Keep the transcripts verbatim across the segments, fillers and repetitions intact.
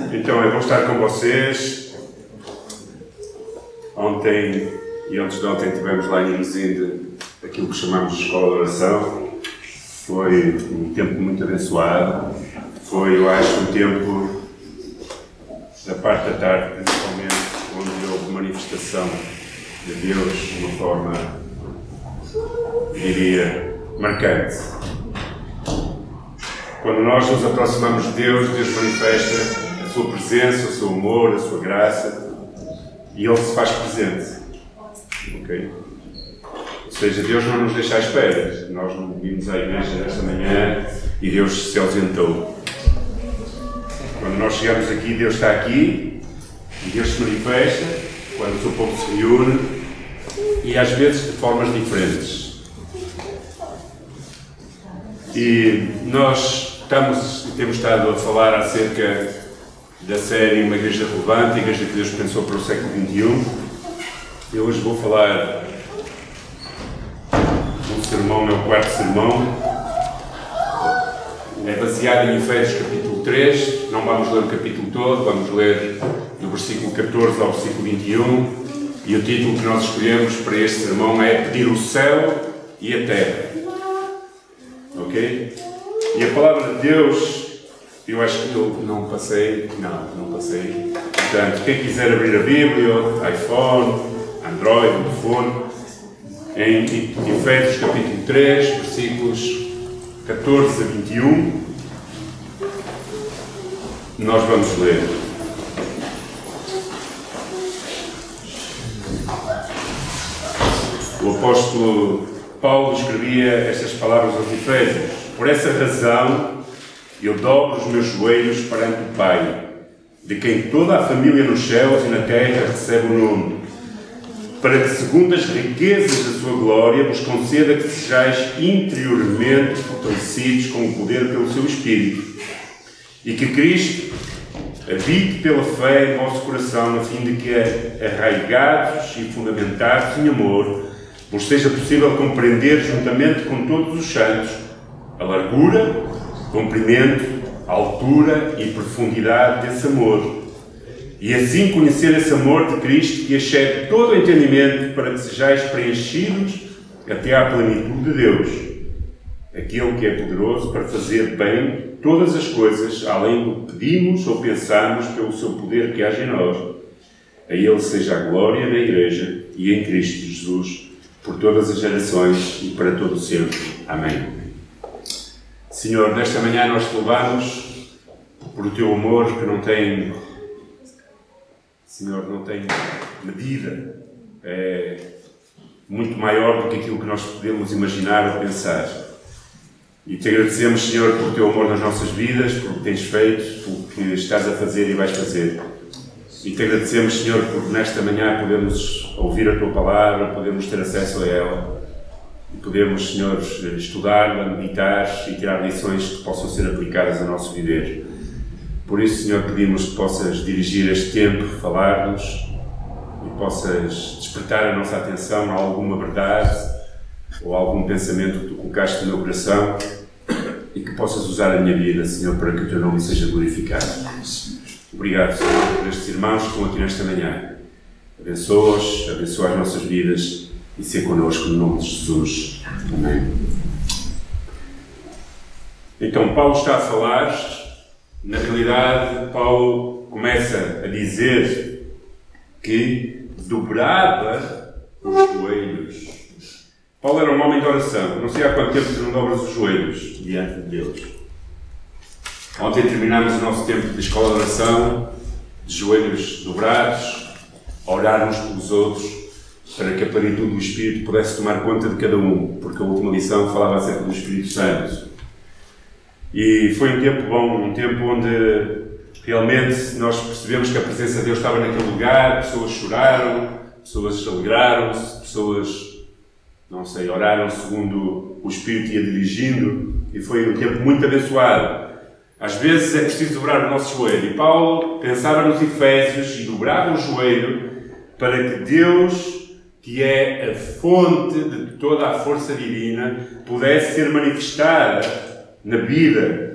Então, eu vou estar com vocês. Ontem e antes de ontem tivemos lá em Irizinde aquilo que chamamos de Escola de Oração. Foi um tempo muito abençoado. Foi, eu acho, um tempo da parte da tarde, principalmente, onde houve manifestação de Deus de uma forma, diria, marcante. Quando nós nos aproximamos de Deus, Deus manifesta a sua presença, o seu amor, a sua graça, e Ele se faz presente. Ok? Ou seja, Deus não nos deixa à espera. Nós não vimos à igreja nesta manhã e Deus se ausentou. Quando nós chegamos aqui, Deus está aqui, e Deus se manifesta, quando o seu povo se reúne, e às vezes de formas diferentes. E nós estamos, temos estado a falar acerca da série Uma Igreja Relevante, a Igreja que Deus pensou para o século vinte e um. Eu hoje vou falar um sermão, meu quarto sermão. É baseado em Efésios capítulo três. Não vamos ler o capítulo todo, vamos ler do versículo catorze ao versículo vinte e um. E o título que nós escolhemos para este sermão é Pedir o Céu e a Terra. Ok? E a palavra de Deus, eu acho que eu não passei, não, não passei. Portanto, quem quiser abrir a Bíblia, iPhone, Android, o que for, em Efésios capítulo três, versículos catorze a vinte e um, nós vamos ler. O apóstolo Paulo escrevia estas palavras aos Efésios: Por essa razão, eu dobro os meus joelhos perante o Pai, de quem toda a família nos céus e na terra recebe o nome, para que, segundo as riquezas da sua glória, vos conceda que sejais interiormente fortalecidos com o poder pelo seu Espírito, e que Cristo habite pela fé em vosso coração, a fim de que, arraigados e fundamentados em amor, vos seja possível compreender, juntamente com todos os santos, a largura, comprimento, altura e profundidade desse amor, e assim conhecer esse amor de Cristo que excede todo o entendimento, para que sejais preenchidos até à plenitude de Deus, aquele que é poderoso para fazer bem todas as coisas, além do que pedimos ou pensamos, pelo seu poder que age em nós. A Ele seja a glória na Igreja e em Cristo Jesus, por todas as gerações e para todo o sempre. Amém. Senhor, nesta manhã nós te louvamos por o teu amor que não tem, Senhor, não tem medida. É muito maior do que aquilo que nós podemos imaginar ou pensar. E te agradecemos, Senhor, pelo teu amor nas nossas vidas, pelo que tens feito, pelo que estás a fazer e vais fazer. E te agradecemos, Senhor, porque nesta manhã podemos ouvir a tua palavra, podemos ter acesso a ela e podemos, Senhor, estudá-la, meditar e tirar lições que possam ser aplicadas ao nosso viver. Por isso, Senhor, pedimos que possas dirigir este tempo, falar-nos e possas despertar a nossa atenção a alguma verdade ou a algum pensamento que tu colocaste no meu coração e que possas usar a minha vida, Senhor, para que o teu nome seja glorificado. Obrigado, Senhor, por estes irmãos que estão aqui nesta manhã. Abençoa-os, abençoa as nossas vidas e se connosco no nome de Jesus. Amém. Então, Paulo está a falar. Na realidade, Paulo começa a dizer que dobrava os joelhos. Paulo era um homem de oração. Não sei há quanto tempo tu não dobras os joelhos diante de Deus. Ontem terminámos o nosso tempo de escola de oração, de joelhos dobrados, a orar uns pelos outros, para que a plenitude do Espírito pudesse tomar conta de cada um, porque a última lição falava acerca do Espírito Santo. E foi um tempo bom, um tempo onde realmente nós percebemos que a presença de Deus estava naquele lugar, pessoas choraram, pessoas se alegraram-se, pessoas, não sei, oraram segundo o Espírito ia dirigindo, e foi um tempo muito abençoado. Às vezes é preciso dobrar o nosso joelho, e Paulo pensava nos Efésios e dobrava o joelho para que Deus, que é a fonte de toda a força divina, pudesse ser manifestada na vida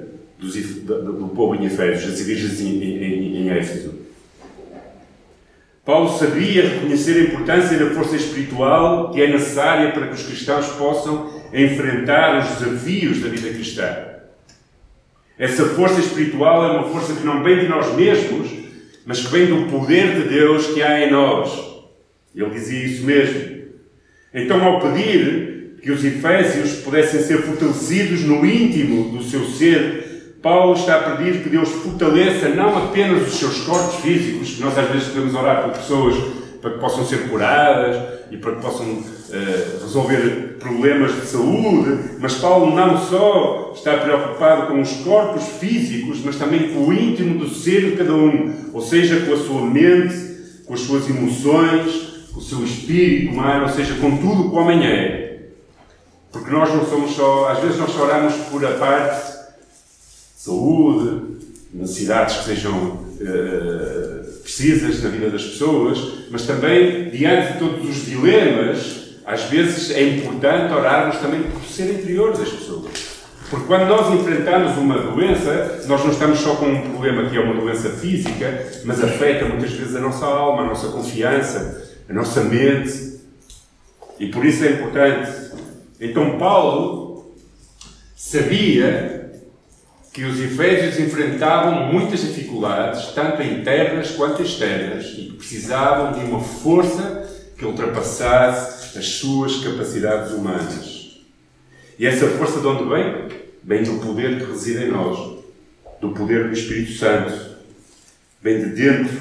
dos, do, do povo em Efésios, das igrejas em, em, em Éfeso. Paulo sabia reconhecer a importância da força espiritual que é necessária para que os cristãos possam enfrentar os desafios da vida cristã. Essa força espiritual é uma força que não vem de nós mesmos, mas que vem do poder de Deus que há em nós. Ele dizia isso mesmo. Então, ao pedir que os efésios pudessem ser fortalecidos no íntimo do seu ser, Paulo está a pedir que Deus fortaleça não apenas os seus corpos físicos, que nós às vezes podemos orar por pessoas para que possam ser curadas e para que possam uh, resolver problemas de saúde, mas Paulo não só está preocupado com os corpos físicos, mas também com o íntimo do ser de cada um, ou seja, com a sua mente, com as suas emoções, com o seu espírito humano, ou seja, com tudo o que o homem é. Porque nós não somos só, às vezes nós só oramos por a parte de saúde, necessidades que sejam uh, precisas na vida das pessoas, mas também, diante de todos os dilemas, às vezes é importante orarmos também por ser interior das pessoas. Porque quando nós enfrentamos uma doença, nós não estamos só com um problema que é uma doença física, mas afeta muitas vezes a nossa alma, a nossa confiança, a nossa mente. E por isso é importante. Então Paulo sabia que os efésios enfrentavam muitas dificuldades, tanto internas quanto externas, e que precisavam de uma força que ultrapassasse as suas capacidades humanas. E essa força de onde vem? Vem do poder que reside em nós, do poder do Espírito Santo. Vem de dentro.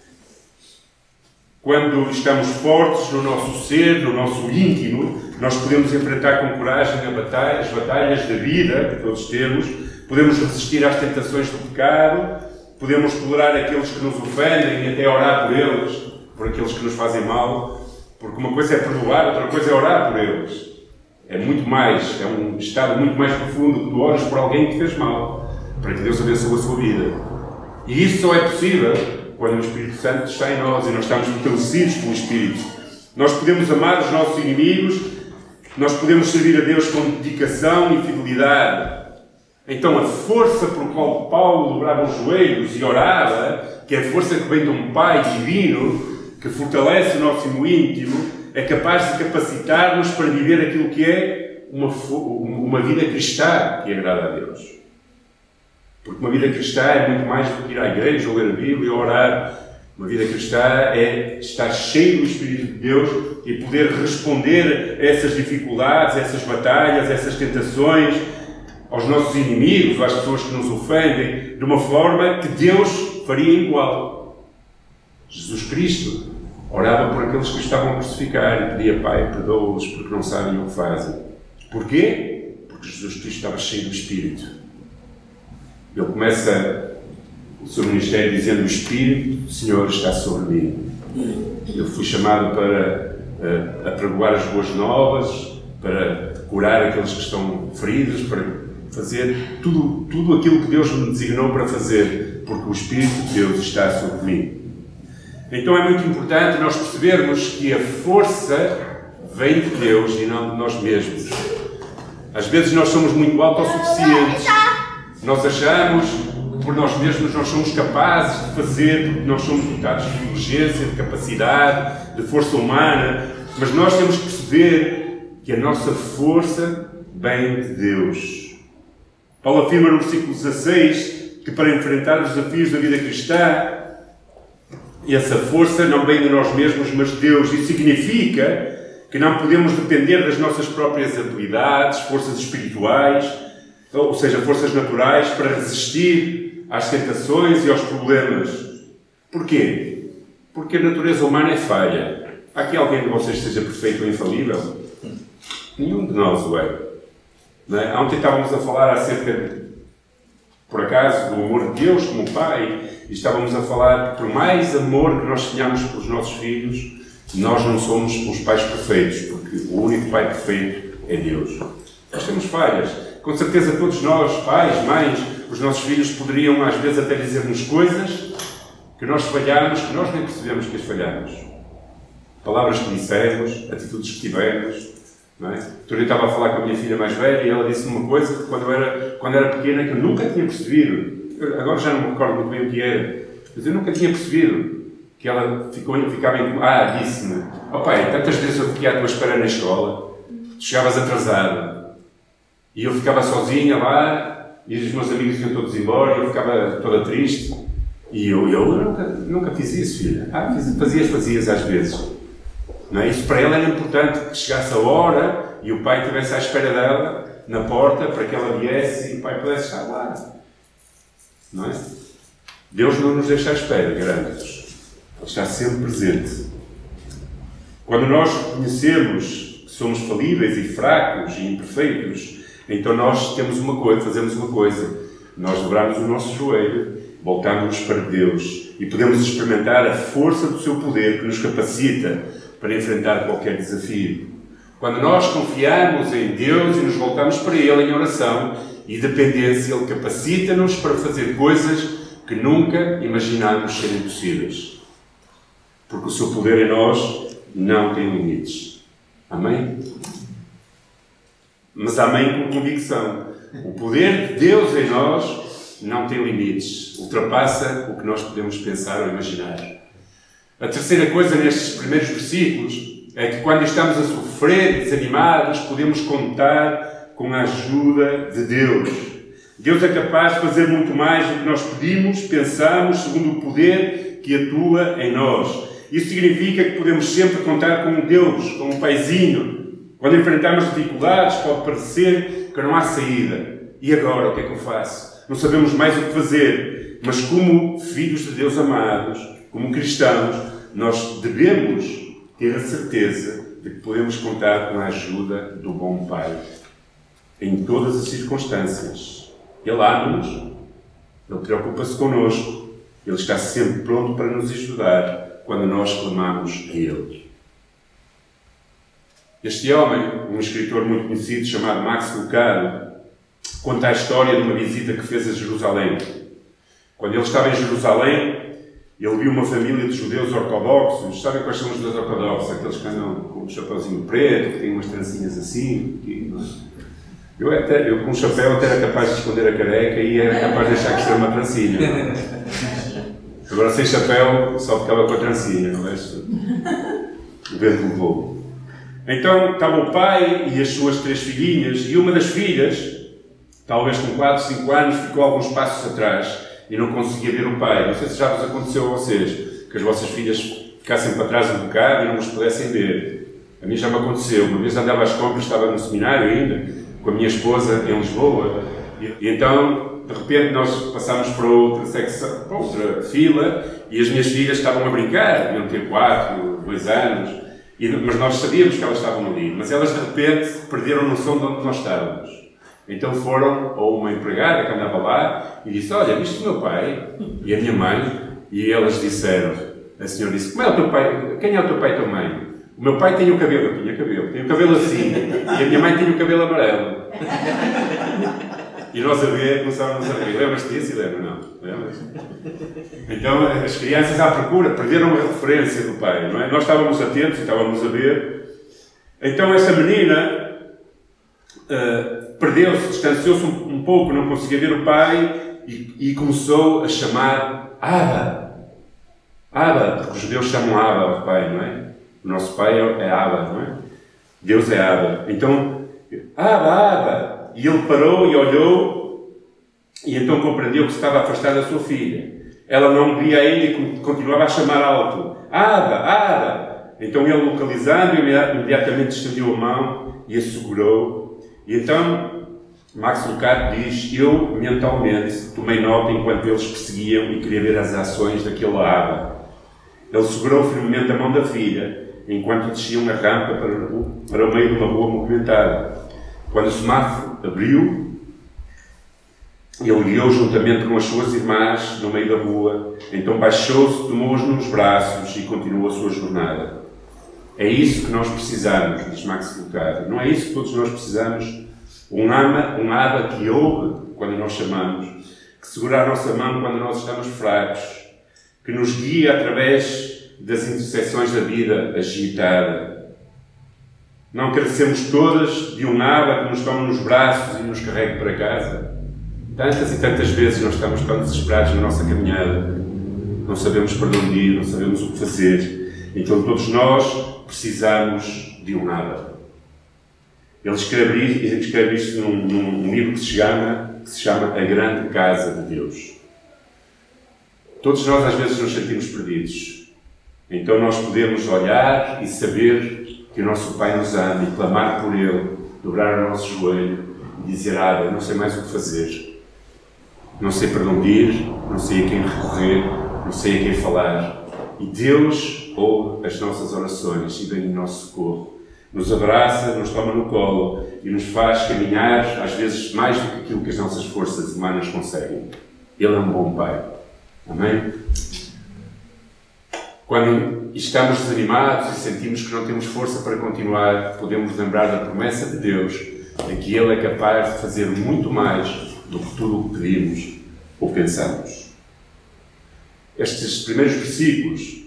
Quando estamos fortes no nosso ser, no nosso íntimo, nós podemos enfrentar com coragem a batalha, as batalhas da vida que todos temos, podemos resistir às tentações do pecado, podemos tolerar aqueles que nos ofendem e até orar por eles, por aqueles que nos fazem mal, porque uma coisa é perdoar, outra coisa é orar por eles. É muito mais, é um estado muito mais profundo que tu ores por alguém que te fez mal, para que Deus abençoe a sua vida. E isso só é possível quando o Espírito Santo está em nós e nós estamos fortalecidos pelo Espírito. Nós podemos amar os nossos inimigos, nós podemos servir a Deus com dedicação e fidelidade. Então a força por qual Paulo dobrava os joelhos e orava, que é a força que vem de um Pai divino, que fortalece o nosso íntimo, é capaz de capacitar-nos para viver aquilo que é uma, uma vida cristã que agrada a Deus. Porque uma vida cristã é muito mais do que ir à igreja, ou ler a Bíblia, ou orar. Uma vida cristã é estar cheio do Espírito de Deus e poder responder a essas dificuldades, a essas batalhas, a essas tentações, aos nossos inimigos, às pessoas que nos ofendem, de uma forma que Deus faria igual. Jesus Cristo orava por aqueles que o estavam a crucificar e pedia: Pai, perdoa-os porque não sabem o que fazem. Porquê? Porque Jesus Cristo estava cheio do Espírito. Ele começa o seu ministério dizendo: o Espírito do Senhor está sobre mim. Ele foi chamado para uh, apregoar as boas novas, para curar aqueles que estão feridos, para fazer tudo, tudo aquilo que Deus me designou para fazer, porque o Espírito de Deus está sobre mim. Então é muito importante nós percebermos que a força vem de Deus e não de nós mesmos. Às vezes nós somos muito autossuficientes. Nós achamos que por nós mesmos nós somos capazes de fazer, porque nós somos dotados de inteligência, de capacidade, de força humana, mas nós temos que perceber que a nossa força vem de Deus. Paulo afirma no versículo dezasseis que para enfrentar os desafios da vida cristã, essa força não vem de nós mesmos, mas de Deus. Isso significa que não podemos depender das nossas próprias habilidades, forças espirituais, ou seja, forças naturais, para resistir às tentações e aos problemas. Porquê? Porque a natureza humana é falha. Há aqui alguém de vocês que seja perfeito ou infalível? Nenhum de nós o é. Não é? Ontem estávamos a falar acerca, de, por acaso, do amor de Deus como Pai, e estávamos a falar que por mais amor que nós tenhamos pelos nossos filhos, nós não somos os pais perfeitos, porque o único Pai perfeito é Deus. Nós temos falhas. Com certeza todos nós, pais, mães, os nossos filhos poderiam às vezes até dizer-nos coisas que nós falhamos, que nós nem percebemos que as falhamos. Palavras que dissemos, atitudes que tivemos. Não é? Eu estava a falar com a minha filha mais velha e ela disse-me uma coisa que quando eu era quando era pequena, que eu nunca tinha percebido. Eu, agora já não me recordo muito bem o que era, mas eu nunca tinha percebido que ela ficou, ficava em... Ah, disse-me, ó oh, pai, tantas vezes eu fiquei à tua espera na escola, tu chegavas atrasado, e eu ficava sozinha lá, e os meus amigos iam todos embora, e eu ficava toda triste. E eu, eu nunca, nunca fiz isso, filha. Ah, fiz, fazias, fazias às vezes. Não é? Isso para ela era importante, que chegasse a hora e o pai estivesse à espera dela na porta para que ela viesse e o pai pudesse estar lá. Não é? Deus não nos deixa à espera, garanto-vos. Ele está sempre presente. Quando nós reconhecemos que somos falíveis e fracos e imperfeitos, então nós temos uma coisa, fazemos uma coisa. Nós dobramos o nosso joelho, voltamos para Deus e podemos experimentar a força do seu poder que nos capacita para enfrentar qualquer desafio. Quando nós confiamos em Deus e nos voltamos para Ele em oração e dependência, Ele capacita-nos para fazer coisas que nunca imaginámos serem possíveis. Porque o seu poder em nós não tem limites. Amém? Mas amém com convicção. O poder de Deus em nós não tem limites. Ultrapassa o que nós podemos pensar ou imaginar. A terceira coisa nestes primeiros versículos é que quando estamos a sofrer, desanimados, podemos contar com a ajuda de Deus. Deus é capaz de fazer muito mais do que nós pedimos, pensamos, segundo o poder que atua em nós. Isso significa que podemos sempre contar com Deus, com um paizinho. Quando enfrentamos dificuldades, pode parecer que não há saída. E agora, o que é que eu faço? Não sabemos mais o que fazer. Mas como filhos de Deus amados, como cristãos, nós devemos ter a certeza de que podemos contar com a ajuda do bom Pai. Em todas as circunstâncias. Ele ama-nos. Ele preocupa-se connosco. Ele está sempre pronto para nos ajudar quando nós clamamos a Ele. Este homem, um escritor muito conhecido chamado Max Lucado, conta a história de uma visita que fez a Jerusalém. Quando ele estava em Jerusalém, ele viu uma família de judeus ortodoxos. Sabem quais são os judeus ortodoxos? Aqueles que andam com um chapéuzinho preto, que têm umas trancinhas assim. Que, não é? eu, até, eu com um chapéu até era capaz de esconder a careca e era capaz de deixar que isso era uma trancinha. Não? Agora sem chapéu só ficava com a trancinha, não é? O vento levou. Então estava o pai e as suas três filhinhas, e uma das filhas, talvez com quatro, cinco anos, ficou alguns passos atrás e não conseguia ver o pai. Não sei se já vos aconteceu a vocês, que as vossas filhas ficassem para trás um bocado e não os pudessem ver. A mim já me aconteceu. Uma vez andava às compras, estava no seminário ainda, com a minha esposa em Lisboa, e, e então, de repente, nós passámos para outra secção, para outra fila, e as minhas filhas estavam a brincar, deviam ter quatro, dois anos, e, mas nós sabíamos que elas estavam ali, mas elas de repente perderam noção de onde nós estávamos. Então foram a uma empregada que andava lá e disse: olha, viste o meu pai e a minha mãe? E elas disseram, a senhora disse: como é o teu pai? Quem é o teu pai e a tua mãe? O meu pai tem o cabelo, eu tinha cabelo, tem o cabelo assim, e a minha mãe tem o cabelo amarelo. E nós a ver, começávamos a rir. Lembras-te disso, Helena? Não. Lembras? Então, as crianças à procura perderam a referência do pai, não é? Nós estávamos atentos e estávamos a ver. Então, essa menina uh, perdeu-se, distanciou-se um, um pouco, não conseguia ver o pai e, e começou a chamar Abba. Abba, porque os judeus chamam Abba ao pai, não é? O nosso pai é Abba, não é? Deus é Abba. Então, Abba, Abba. E ele parou e olhou e então compreendeu que se estava a afastar da sua filha. Ela não via ainda e continuava a chamar alto. Abba, Abba! Então ele, localizando, imediatamente estendeu a mão e a segurou. E então, Max Lucado diz: eu, mentalmente, tomei nota enquanto eles perseguiam e queria ver as ações daquele Abba. Ele segurou firmemente a mão da filha enquanto desciam a rampa para o, para o meio de uma rua movimentada. Quando o semáforo abriu, ele guiou juntamente com as suas irmãs no meio da rua. Então baixou-se, tomou-os nos braços e continuou a sua jornada. É isso que nós precisamos, diz Max Lucado. Não é isso que todos nós precisamos? Um ama, um Abba que ouve quando nós chamamos, que segura a nossa mão quando nós estamos fracos, que nos guia através das interseções da vida agitada. Não carecemos todas de um Abba que nos tome nos braços e nos carregue para casa? Tantas e tantas vezes nós estamos tão desesperados na nossa caminhada, não sabemos para onde ir, não sabemos o que fazer. Então todos nós precisamos de um nada. Ele escreve, ele escreve isto num, num livro que se, chama, que se chama A Grande Casa de Deus. Todos nós às vezes nos sentimos perdidos. Então nós podemos olhar e saber que o nosso Pai nos ama e clamar por Ele, dobrar o nosso joelho e dizer: ah, não sei mais o que fazer. Não sei para onde ir, não sei a quem recorrer, não sei a quem falar. E Deus ouve as nossas orações e vem em nosso socorro. Nos abraça, nos toma no colo e nos faz caminhar, às vezes, mais do que aquilo que as nossas forças humanas conseguem. Ele é um bom Pai. Amém? Quando estamos desanimados e sentimos que não temos força para continuar, podemos lembrar da promessa de Deus de que Ele é capaz de fazer muito mais do que tudo o que pedimos ou pensamos. Estes primeiros versículos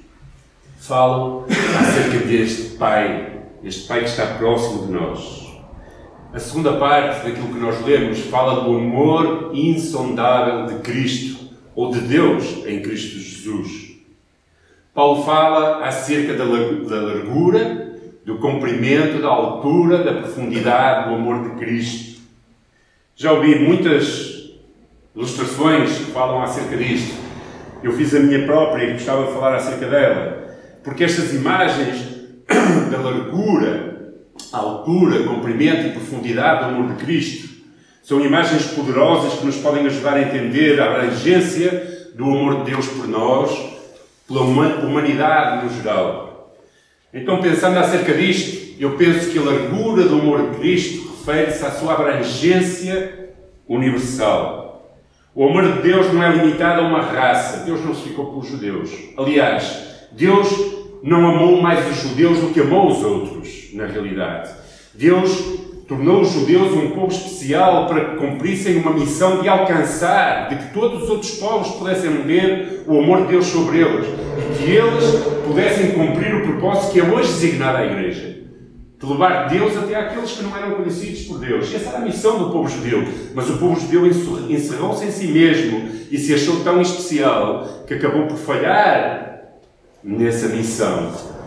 falam acerca deste Pai, este Pai que está próximo de nós. A segunda parte daquilo que nós lemos fala do amor insondável de Cristo, ou de Deus em Cristo Jesus. Paulo fala acerca da largura, do comprimento, da altura, da profundidade do amor de Cristo. Já ouvi muitas ilustrações que falam acerca disto. Eu fiz a minha própria e gostava de falar acerca dela. Porque estas imagens da largura, altura, comprimento e profundidade do amor de Cristo são imagens poderosas que nos podem ajudar a entender a abrangência do amor de Deus por nós, pela humanidade no geral. Então, pensando acerca disto, eu penso que a largura do amor de Cristo refere-se à sua abrangência universal. O amor de Deus não é limitado a uma raça. Deus não se ficou pelos judeus. Aliás, Deus não amou mais os judeus do que amou os outros, na realidade. Deus tornou os judeus um povo especial para que cumprissem uma missão de alcançar, de que todos os outros povos pudessem ver o amor de Deus sobre eles e que eles pudessem cumprir o propósito que é hoje designado à Igreja. De levar Deus até àqueles que não eram conhecidos por Deus. E essa era a missão do povo judeu. Mas o povo judeu encerrou-se em si mesmo e se achou tão especial que acabou por falhar nessa missão.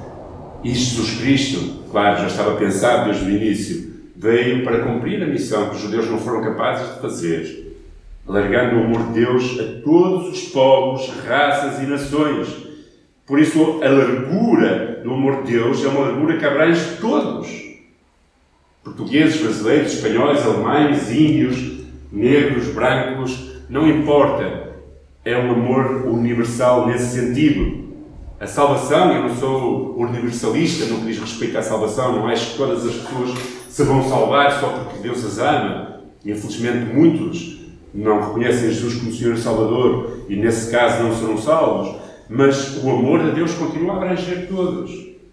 E Jesus Cristo, claro, já estava pensado desde o início, veio para cumprir a missão que os judeus não foram capazes de fazer, alargando o amor de Deus a todos os povos, raças e nações. Por isso, a largura do amor de Deus é uma largura que abrange todos. Portugueses, brasileiros, espanhóis, alemães, índios, negros, brancos, não importa. É um amor universal nesse sentido. A salvação, eu não sou universalista no que diz respeito à salvação, não acho que todas as pessoas se vão salvar só porque Deus as ama. E, infelizmente, muitos não reconhecem Jesus como Senhor e Salvador e, nesse caso, não serão salvos. Mas o amor de Deus continua a abranger todos.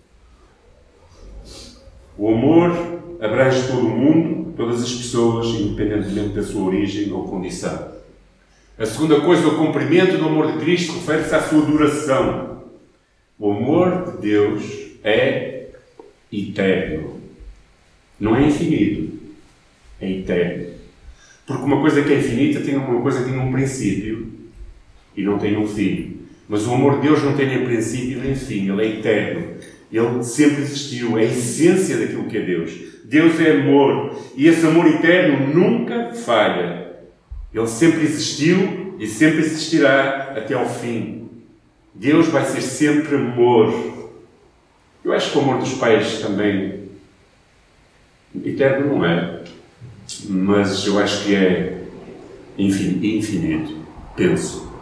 O amor abrange todo o mundo, todas as pessoas, independentemente da sua origem ou condição. A segunda coisa, o cumprimento do amor de Cristo, refere-se à sua duração. O amor de Deus é eterno. Não é infinito, é eterno. Porque uma coisa que é infinita tem uma coisa que tem um princípio e não tem um fim. Mas o amor de Deus não tem nem princípio nem fim, Ele é eterno. Ele sempre existiu, é a essência daquilo que é Deus. Deus é amor e esse amor eterno nunca falha. Ele sempre existiu e sempre existirá até ao fim. Deus vai ser sempre amor. Eu acho que o amor dos pais também eterno não é, mas eu acho que é infinito, penso.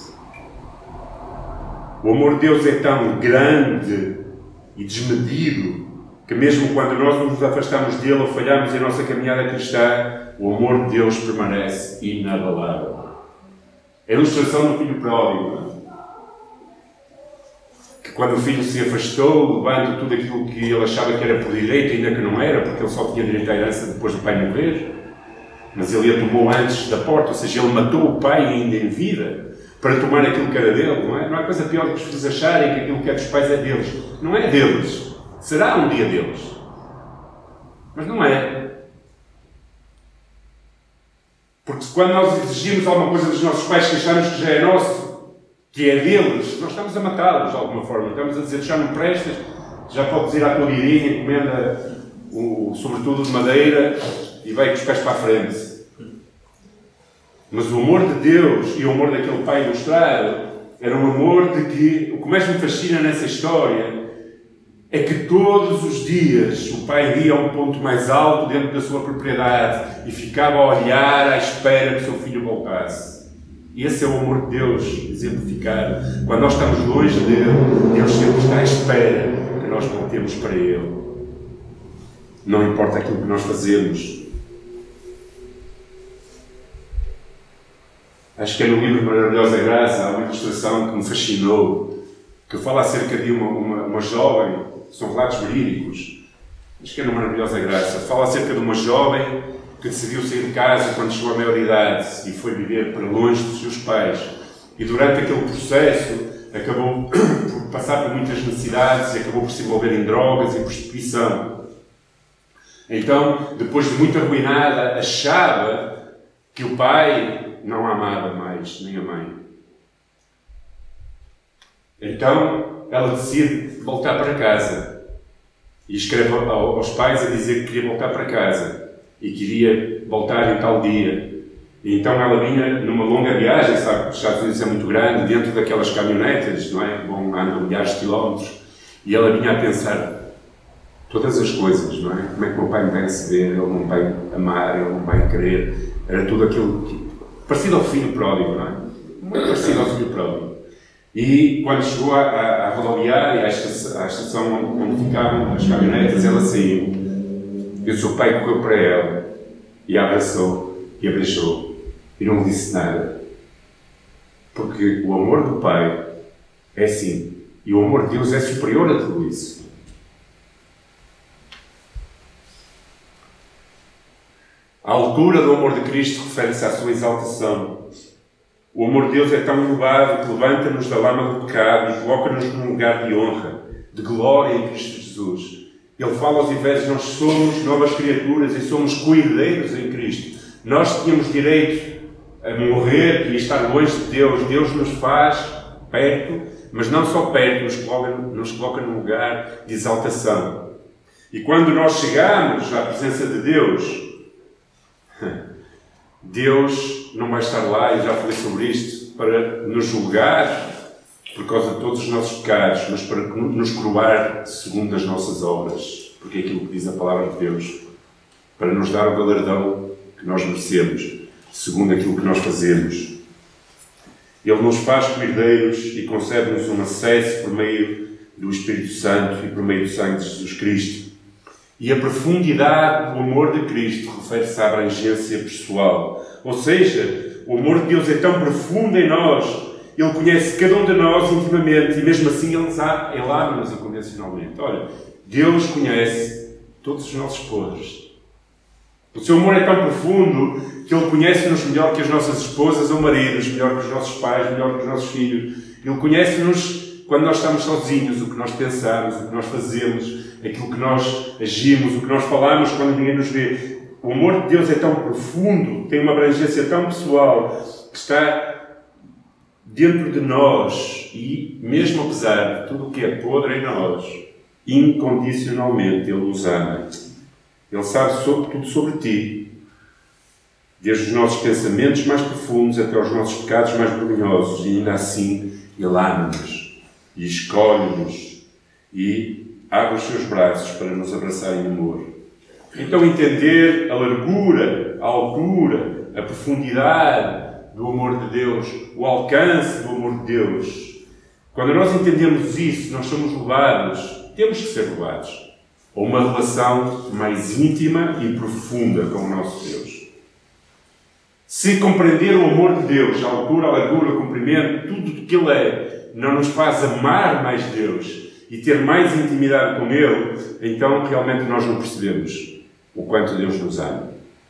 O amor de Deus é tão grande e desmedido que mesmo quando nós nos afastamos dele ou falhamos em nossa caminhada cristã, o amor de Deus permanece inabalável. É a ilustração do filho pródigo, que quando o filho se afastou, levando tudo aquilo que ele achava que era por direito, ainda que não era, porque ele só tinha direito à herança depois do pai morrer, mas ele a tomou antes da porta, ou seja, ele matou o pai ainda em vida, para tomar aquilo que era dele, não é? Não há coisa pior do que os filhos acharem que aquilo que é dos pais é deles. Não é deles. Será um dia deles. Mas não é. Porque quando nós exigimos alguma coisa dos nossos pais que achamos que já é nosso, que é deles, nós estamos a matá-los de alguma forma. Estamos a dizer, já não prestas, já podes ir à tua vidinha, encomenda o sobretudo de madeira e vai com os pés para a frente. Mas o amor de Deus e o amor daquele pai ilustrado era um amor de que, o que mais me fascina nessa história é que todos os dias o pai ia a um ponto mais alto dentro da sua propriedade e ficava a olhar à espera que o seu filho voltasse. E esse é o amor de Deus exemplificado. Quando nós estamos longe dele, Deus sempre está à espera que nós voltemos para ele. Não importa aquilo que nós fazemos. Acho que é no livro Maravilhosa Graça há uma ilustração que me fascinou, que fala acerca de uma, uma, uma jovem, são relatos verídicos, acho que é no Maravilhosa Graça, fala acerca de uma jovem que decidiu sair de casa quando chegou à maioridade e foi viver para longe dos seus pais. E durante aquele processo acabou por passar por muitas necessidades e acabou por se envolver em drogas e prostituição. Então, depois de muito arruinada, achava que o pai não a amava mais, nem a mãe. Então, ela decide voltar para casa e escreve aos pais a dizer que queria voltar para casa e queria voltar em tal dia. E então ela vinha numa longa viagem, sabe, os Estados Unidos é muito grande, dentro daquelas caminhonetas, não é? Vão andar milhares de quilómetros. E ela vinha a pensar todas as coisas, não é? Como é que o meu pai me vai receber, ele não vai amar, ele não vai querer. Era tudo aquilo que... parecido ao filho pródigo, não é? Muito parecido ao filho pródigo. E quando chegou à, à, à rodoviária, à estação, à estação onde ficavam as caminhonetas, ela saiu. E o seu pai correu para ela e a abraçou e a beijou. E não lhe disse nada. Porque o amor do pai é assim. E o amor de Deus é superior a tudo isso. A altura do amor de Cristo refere-se à sua exaltação. O amor de Deus é tão elevado que levanta-nos da lama do pecado e coloca-nos num lugar de honra, de glória em Cristo Jesus. Ele fala aos Efésios, nós somos novas criaturas e somos co-herdeiros em Cristo. Nós tínhamos direito a morrer e estar longe de Deus. Deus nos faz perto, mas não só perto, nos coloca, nos coloca num lugar de exaltação. E quando nós chegamos à presença de Deus, Deus não vai estar lá, e já falei sobre isto, para nos julgar por causa de todos os nossos pecados, mas para nos coroar segundo as nossas obras, porque é aquilo que diz a palavra de Deus, para nos dar o galardão que nós merecemos, segundo aquilo que nós fazemos. Ele nos faz herdeiros e concede-nos um acesso por meio do Espírito Santo e por meio do sangue de Jesus Cristo. E a profundidade do amor de Cristo refere-se à abrangência pessoal. Ou seja, o amor de Deus é tão profundo em nós, Ele conhece cada um de nós intimamente e mesmo assim Ele ama-nos incondicionalmente. Olha, Deus conhece todos os nossos podres. O seu amor é tão profundo que Ele conhece-nos melhor que as nossas esposas ou maridos, melhor que os nossos pais, melhor que os nossos filhos. Ele conhece-nos quando nós estamos sozinhos, o que nós pensamos, o que nós fazemos, aquilo que nós agimos, o que nós falamos quando ninguém nos vê. O amor de Deus é tão profundo, tem uma abrangência tão pessoal, que está dentro de nós e, mesmo apesar de tudo o que é podre em nós, incondicionalmente Ele nos ama. Ele sabe sobre, tudo sobre ti, desde os nossos pensamentos mais profundos até aos nossos pecados mais vergonhosos, e ainda assim Ele ama-nos e escolhe-nos e abre os seus braços para nos abraçar em amor. Então, entender a largura, a altura, a profundidade do amor de Deus, o alcance do amor de Deus. Quando nós entendemos isso, nós somos levados, temos que ser levados, a uma relação mais íntima e profunda com o nosso Deus. Se compreender o amor de Deus, a altura, a largura, o comprimento, tudo o que Ele é, não nos faz amar mais Deus e ter mais intimidade com Ele, então realmente nós não percebemos o quanto Deus nos ama.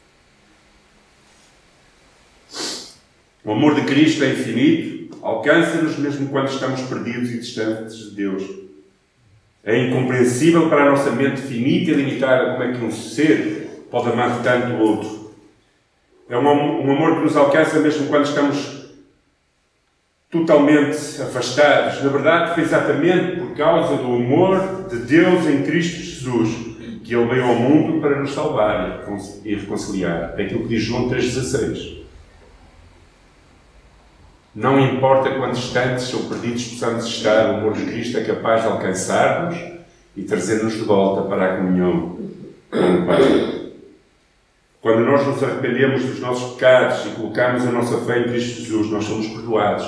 O amor de Cristo é infinito, alcança-nos mesmo quando estamos perdidos e distantes de Deus. É incompreensível para a nossa mente finita e limitada como é que um ser pode amar tanto o outro. É um, um amor que nos alcança mesmo quando estamos totalmente afastados. Na verdade, foi exatamente por causa do amor de Deus em Cristo Jesus que Ele veio ao mundo para nos salvar e reconciliar. É aquilo que diz João três dezasseis. Não importa quão distantes ou perdidos possamos estar, o amor de Cristo é capaz de alcançar-nos e trazer-nos de volta para a comunhão com o Pai. Quando nós nos arrependemos dos nossos pecados e colocamos a nossa fé em Cristo Jesus, nós somos perdoados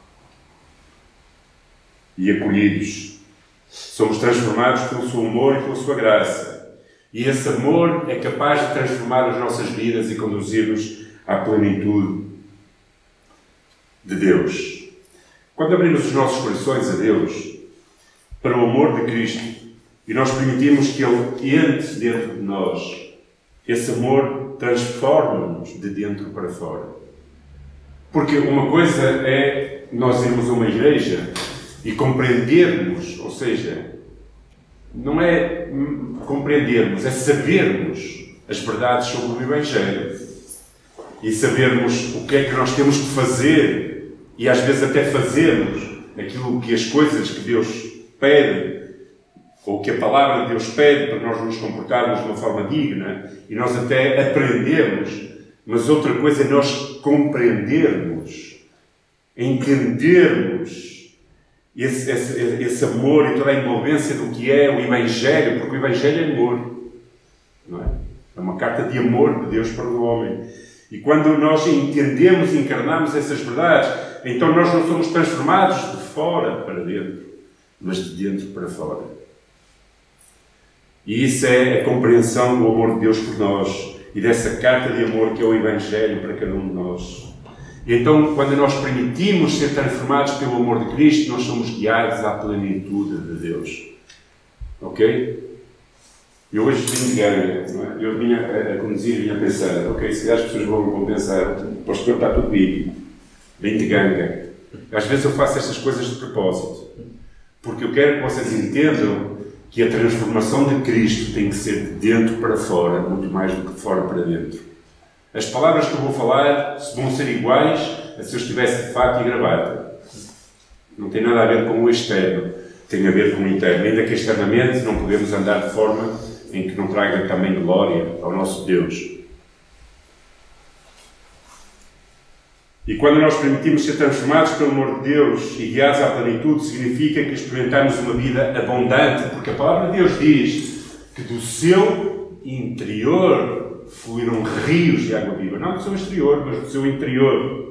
e acolhidos. Somos transformados pelo seu amor e pela sua graça. E esse amor é capaz de transformar as nossas vidas e conduzir-nos à plenitude de Deus. Quando abrimos os nossos corações a Deus para o amor de Cristo e nós permitimos que Ele entre dentro de nós, esse amor transforma-nos de dentro para fora. Porque uma coisa é nós irmos a uma igreja e compreendermos, ou seja, não é compreendermos, é sabermos as verdades sobre o Evangelho e sabermos o que é que nós temos que fazer e às vezes até fazermos aquilo que as coisas que Deus pede ou que a palavra de Deus pede para nós nos comportarmos de uma forma digna e nós até aprendemos, mas outra coisa é nós compreendermos, entendermos esse, esse, esse amor e toda a envolvência do que é o Evangelho, porque o Evangelho é amor, não é? É uma carta de amor de Deus para o homem. E quando nós entendemos e encarnamos essas verdades, então nós não somos transformados de fora para dentro, mas de dentro para fora. E isso é a compreensão do amor de Deus por nós e dessa carta de amor que é o Evangelho para cada um de nós. E então, quando nós permitimos ser transformados pelo amor de Cristo, nós somos guiados à plenitude de Deus. Ok? Eu hoje vim de ganga, não é? Eu vinha a, a conduzir e vinha a pensar, ok, se as pessoas vão, vão pensar, o pastor está tudo vivo, vim de ganga. Às vezes eu faço estas coisas de propósito, porque eu quero que vocês entendam que a transformação de Cristo tem que ser de dentro para fora, muito mais do que de fora para dentro. As palavras que eu vou falar vão ser iguais a se eu estivesse de fato e gravata. Não tem nada a ver com o externo, tem a ver com o interno. Ainda que externamente não podemos andar de forma em que não traga também glória ao nosso Deus. E quando nós permitimos ser transformados pelo amor de Deus e guiados à plenitude, significa que experimentamos uma vida abundante, porque a palavra de Deus diz que do seu interior fluíram rios de água viva. Não do seu exterior, mas do seu interior.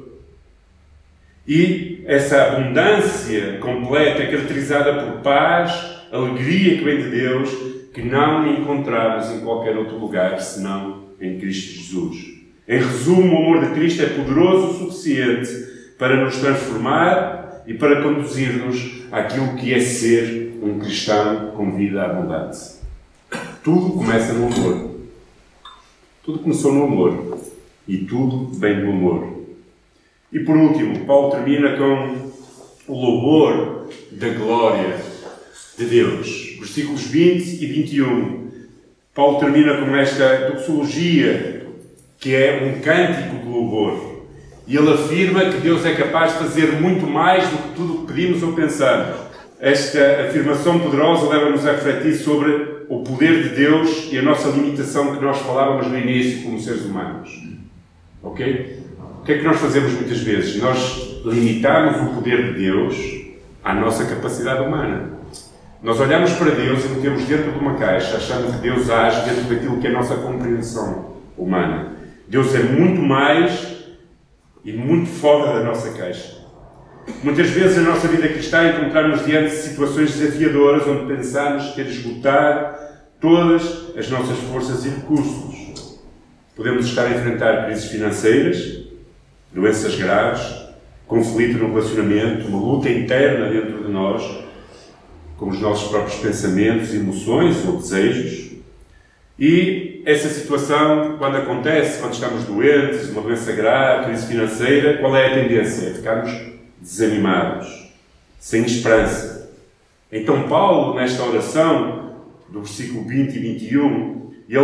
E essa abundância completa é caracterizada por paz, alegria que vem de Deus, que não encontramos em qualquer outro lugar, senão em Cristo Jesus. Em resumo, o amor de Cristo é poderoso o suficiente para nos transformar e para conduzir-nos àquilo que é ser um cristão com vida abundante. Tudo começa no amor. Tudo começou no amor. E tudo vem do amor. E por último, Paulo termina com o louvor da glória de Deus. Versículos vinte e vinte e um. Paulo termina com esta doxologia, que é um cântico de louvor. E ele afirma que Deus é capaz de fazer muito mais do que tudo o que pedimos ou pensamos. Esta afirmação poderosa leva-nos a refletir sobre o poder de Deus e a nossa limitação que nós falávamos no início como seres humanos. Ok? O que é que nós fazemos muitas vezes? Nós limitamos o poder de Deus à nossa capacidade humana. Nós olhamos para Deus e metemos dentro de uma caixa, achando que Deus age dentro daquilo que é a nossa compreensão humana. Deus é muito mais e muito fora da nossa caixa. Muitas vezes na nossa vida cristã encontramos diante de situações desafiadoras onde pensamos ter de esgotar todas as nossas forças e recursos. Podemos estar a enfrentar crises financeiras, doenças graves, conflito no relacionamento, uma luta interna dentro de nós, com os nossos próprios pensamentos, emoções ou desejos. E essa situação, quando acontece, quando estamos doentes, uma doença grave, crise financeira, qual é a tendência? É ficarmos desanimados, sem esperança. Então Paulo, nesta oração, do versículo vinte e vinte e um, ele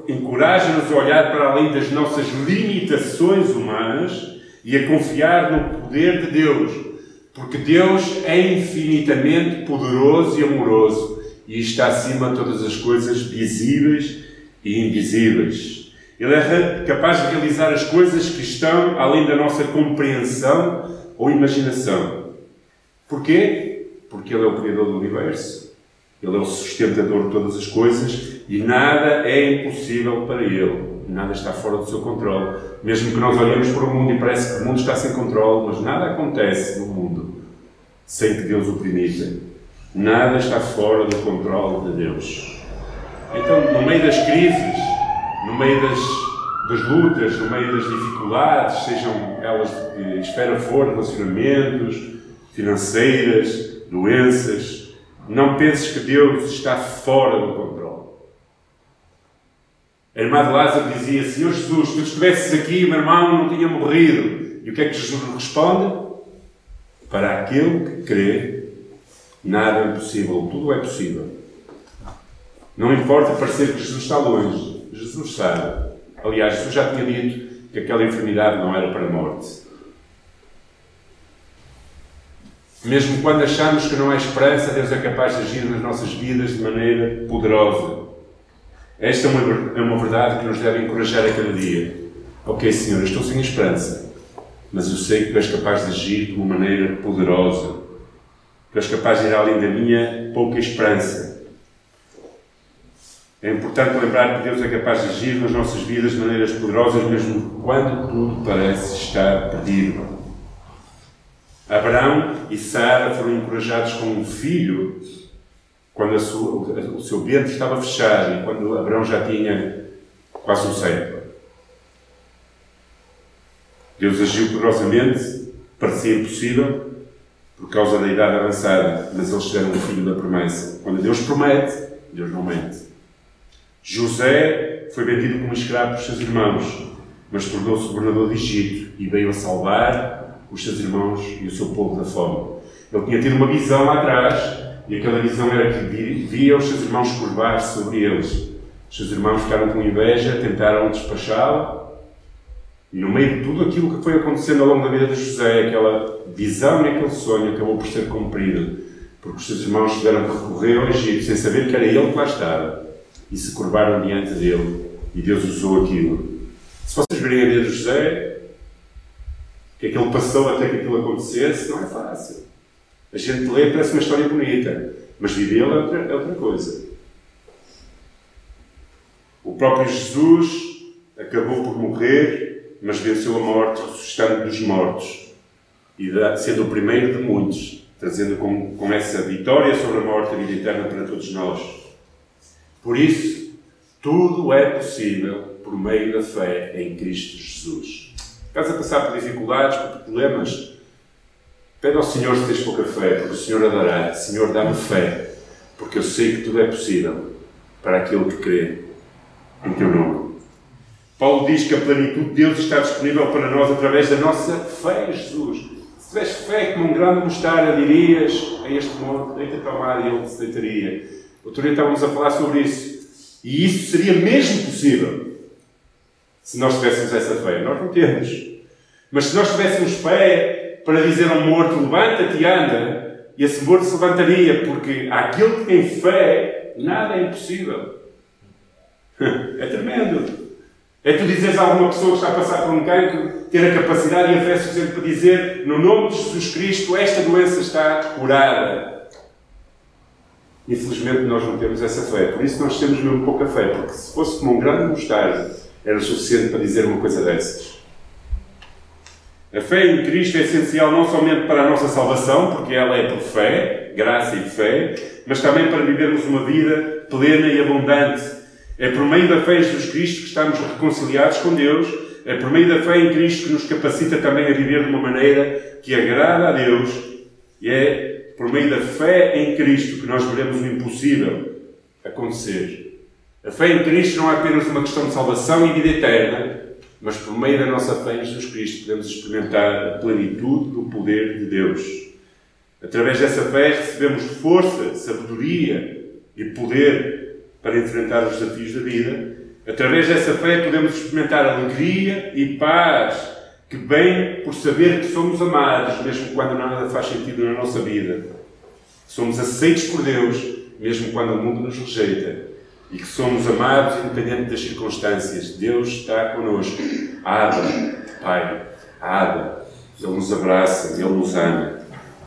encoraja-nos a olhar para além das nossas limitações humanas e a confiar no poder de Deus, porque Deus é infinitamente poderoso e amoroso e está acima de todas as coisas visíveis e invisíveis. Ele é capaz de realizar as coisas que estão além da nossa compreensão ou imaginação. Porquê? Porque Ele é o Criador do Universo. Ele é o sustentador de todas as coisas e nada é impossível para Ele. Nada está fora do seu controle. Mesmo que nós olhemos para o mundo e parece que o mundo está sem controle, mas nada acontece no mundo sem que Deus o permita. Nada está fora do controle de Deus. Então, no meio das crises, no meio das, das lutas, no meio das dificuldades, sejam elas de que esfera for, relacionamentos, financeiras, doenças, não penses que Deus está fora do controle. A irmã de Lázaro dizia: Senhor Jesus, se tu estivesses aqui, o meu irmão não tinha morrido. E o que é que Jesus responde? Para aquele que crê, nada é impossível, tudo é possível. Não importa parecer que Jesus está longe, Jesus sabe. Aliás, Jesus já tinha dito que aquela enfermidade não era para a morte. Mesmo quando achamos que não há esperança, Deus é capaz de agir nas nossas vidas de maneira poderosa. Esta é uma, é uma verdade que nos deve encorajar a cada dia. Ok, Senhor, eu estou sem esperança, mas eu sei que Tu és capaz de agir de uma maneira poderosa. Tu és capaz de ir além da minha pouca esperança. É importante lembrar que Deus é capaz de agir nas nossas vidas de maneiras poderosas, mesmo quando tudo parece estar perdido. Abraão e Sara foram encorajados com um filho quando a sua, o seu ventre estava fechado e quando Abraão já tinha quase um século. Deus agiu poderosamente, parecia impossível, por causa da idade avançada, mas eles tiveram um filho da promessa. Quando Deus promete, Deus não mente. José foi vendido como escravo pelos seus irmãos, mas tornou-se governador de Egito e veio a salvar os seus irmãos e o seu povo da fome. Ele tinha tido uma visão lá atrás, e aquela visão era que via os seus irmãos curvar-se sobre eles. Os seus irmãos ficaram com inveja, tentaram despachá-lo, e no meio de tudo aquilo que foi acontecendo ao longo da vida de José, aquela visão e aquele sonho acabou por ser cumprido, porque os seus irmãos tiveram que recorrer ao Egito, sem saber que era ele que lá estava, e se curvaram diante dele, e Deus usou aquilo. Se vocês verem a vida de José, o que é que ele passou até que aquilo acontecesse, não é fácil. A gente lê, parece uma história bonita, mas vivê-la é outra, é outra coisa. O próprio Jesus acabou por morrer, mas venceu a morte, ressuscitando dos mortos, e sendo o primeiro de muitos, trazendo com, com essa vitória sobre a morte a vida eterna para todos nós. Por isso, tudo é possível por meio da fé em Cristo Jesus. Estás a passar por dificuldades, por problemas? Pede ao Senhor se tens pouca fé, porque o Senhor a dará. Senhor, dá-me fé, porque eu sei que tudo é possível para aquele que crê em Teu nome. Paulo diz que a plenitude de Deus está disponível para nós através da nossa fé em Jesus. Se tivesse fé como um grão de mostarda, dirias a este monte, deita-te ao mar e ele se deitaria. Outro dia estávamos a falar sobre isso. E isso seria mesmo possível se nós tivéssemos essa fé. Nós não temos. Mas se nós tivéssemos fé para dizer ao morto, levanta-te e anda, e esse morto se levantaria, porque àquele que tem fé, nada é impossível. É tremendo. É tu dizeres a alguma pessoa que está a passar por um cancro, ter a capacidade e a fé suficiente para dizer, no nome de Jesus Cristo, esta doença está curada. Infelizmente nós não temos essa fé, por isso nós temos mesmo pouca fé, porque se fosse como um grande mostarda, era o suficiente para dizer uma coisa dessas. A fé em Cristo é essencial não somente para a nossa salvação, porque ela é por fé, graça e fé, mas também para vivermos uma vida plena e abundante. É por meio da fé em Jesus Cristo que estamos reconciliados com Deus, é por meio da fé em Cristo que nos capacita também a viver de uma maneira que agrada a Deus, e é por meio da fé em Cristo que nós veremos o impossível acontecer. A fé em Cristo não é apenas uma questão de salvação e vida eterna, mas por meio da nossa fé em Jesus Cristo podemos experimentar a plenitude do poder de Deus. Através dessa fé recebemos força, sabedoria e poder para enfrentar os desafios da vida. Através dessa fé podemos experimentar alegria e paz que vem por saber que somos amados, mesmo quando nada faz sentido na nossa vida. Somos aceitos por Deus, mesmo quando o mundo nos rejeita. E que somos amados independente das circunstâncias. Deus está connosco. Abba, Pai, Abba. Ele nos abraça, Ele nos ama.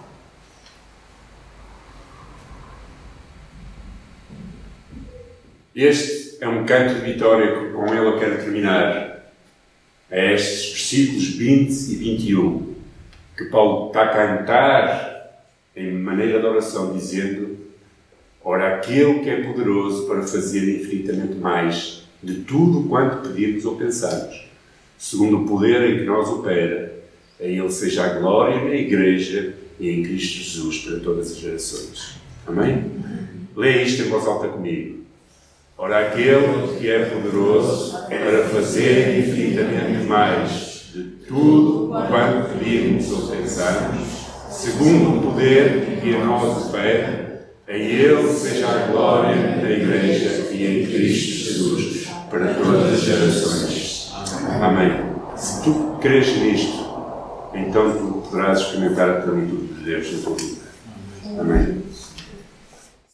Este é um canto de vitória que com ele eu quero terminar. É estes versículos vinte e vinte e um que Paulo está a cantar em maneira de oração, dizendo: ora, aquele que é poderoso para fazer infinitamente mais de tudo quanto pedimos ou pensamos, segundo o poder em que nós opera, a ele seja a glória na Igreja e em Cristo Jesus para todas as gerações. Amém? Leia isto em voz alta comigo. Ora, aquele que é poderoso para fazer infinitamente mais de tudo quanto pedimos ou pensamos, segundo o poder que em nós opera, a ele seja a glória na Igreja e em Cristo Jesus para todas as gerações. Amém. Se tu creres nisto, então tu poderás experimentar a plenitude de Deus na tua vida. Amém.